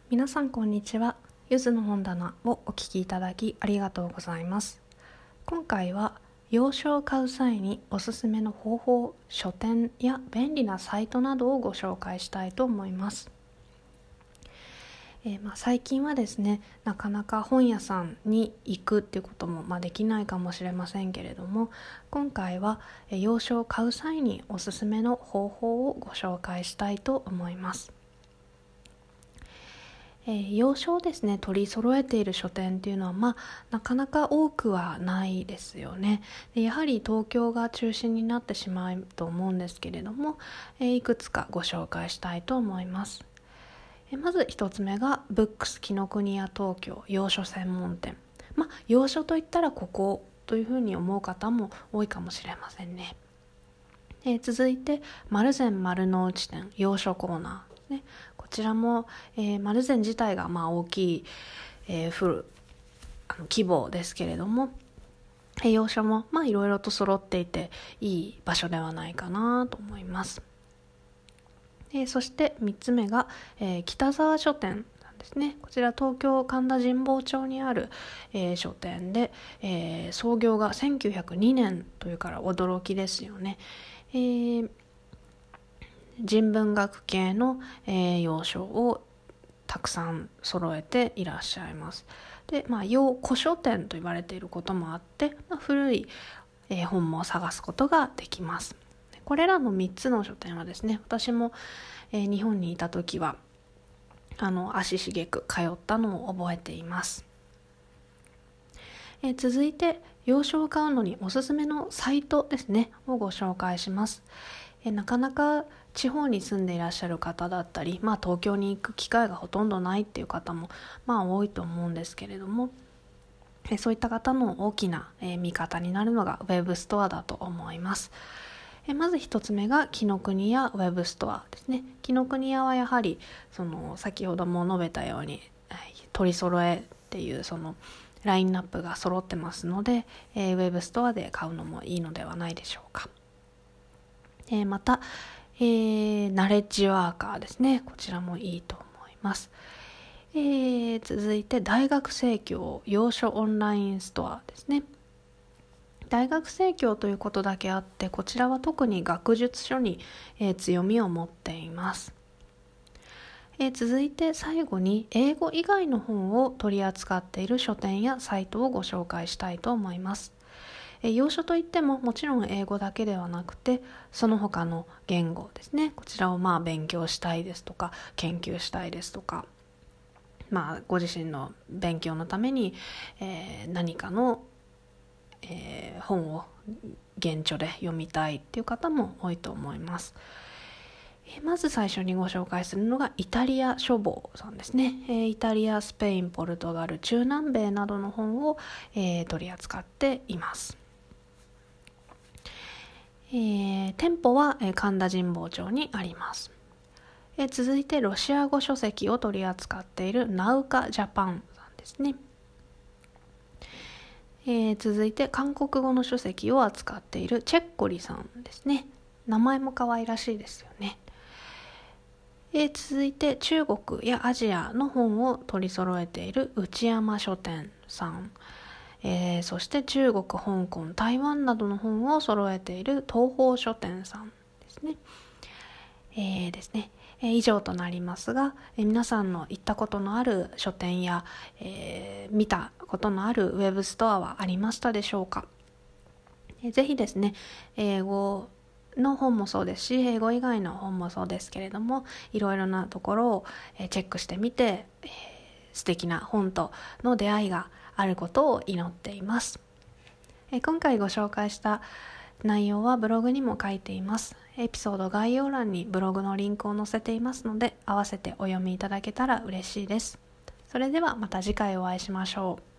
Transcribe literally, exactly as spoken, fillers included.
皆さんこんにちは。ゆずの本棚をお聞きいただきありがとうございます。今回は洋書を買う際におすすめの方法、書店や便利なサイトなどをご紹介したいと思います。えーまあ、最近はですね、なかなか本屋さんに行くっていうことも、まあ、できないかもしれませんけれども、今回は、えー、洋書を買う際におすすめの方法をご紹介したいと思います。えー、洋書をですね取り揃えている書店っていうのは、まあ、なかなか多くはないですよね。でやはり東京が中心になってしまうと思うんですけれども、えー、いくつかご紹介したいと思います。えー、まず一つ目がブックス紀ノ国屋東京洋書専門店。まあ、洋書といったらここというふうに思う方も多いかもしれませんね。えー、続いて丸善丸の内店洋書コーナー、ね、こちらも、えー、丸善自体がまあ大きい、えー、フルあの規模ですけれども、えー、洋書もまあいろいろと揃っていていい場所ではないかなと思います。えー、そしてみっつめが、えー、北沢書店ですね。こちら東京神田神保町にある、えー、書店で、えー、創業がせんきゅうひゃくにねんというから驚きですよね。えー、人文学系の、えー、洋書をたくさん揃えていらっしゃいます。で、まあ、洋古書店と言われていることもあって、まあ、古い、えー、本も探すことができます。これらのみっつの書店はですね、私も、えー、日本にいた時はあの足しげく通ったのを覚えています。えー、続いて洋書を買うのにおすすめのサイトですねをご紹介します。えー、なかなか地方に住んでいらっしゃる方だったり、まあ、東京に行く機会がほとんどないっていう方も、まあ、多いと思うんですけれども、えー、そういった方の大きな、えー、味方になるのがウェブストアだと思います。えー、まず一つ目が紀ノ国屋ウェブストアですね。紀ノ国屋はやはりその先ほども述べたように、えー、取り揃えっていうそのラインナップが揃ってますので、えー、ウェブストアで買うのもいいのではないでしょうか。えー、また、えー、ナレッジワーカーですね。こちらもいいと思います。えー、続いて大学生協洋書オンラインストアですね。大学生協ということだけあって、こちらは特に学術書に、えー、強みを持っています。えー、続いて最後に英語以外の本を取り扱っている書店やサイトをご紹介したいと思います。えー、洋書といってももちろん英語だけではなくて、その他の言語ですね、こちらをまあ勉強したいですとか研究したいですとか、まあ、ご自身の勉強のために、えー、何かの、えー、本を原著で読みたいっていう方も多いと思います。まず最初にご紹介するのがイタリア書房さんですね。イタリア、スペイン、ポルトガル、中南米などの本を取り扱っています。えー、店舗は神田神保町にあります。えー、続いてロシア語書籍を取り扱っているナウカジャパンさんですね。えー、続いて韓国語の書籍を扱っているチェッコリさんですね。名前も可愛らしいですよね。えー、続いて中国やアジアの本を取り揃えている内山書店さん、えー、そして中国、香港、台湾などの本を揃えている東宝書店さんですね。えー、ですね、えー、以上となりますが、えー、皆さんの行ったことのある書店や、えー、見たことのあるウェブストアはありましたでしょうか。えー、ぜひですね、英語の本もそうですし、英語以外の本もそうですけれども、いろいろなところをチェックしてみて、えー、素敵な本との出会いがあることを祈っています。えー、今回ご紹介した内容はブログにも書いています。エピソード概要欄にブログのリンクを載せていますので、合わせてお読みいただけたら嬉しいです。それではまた次回お会いしましょう。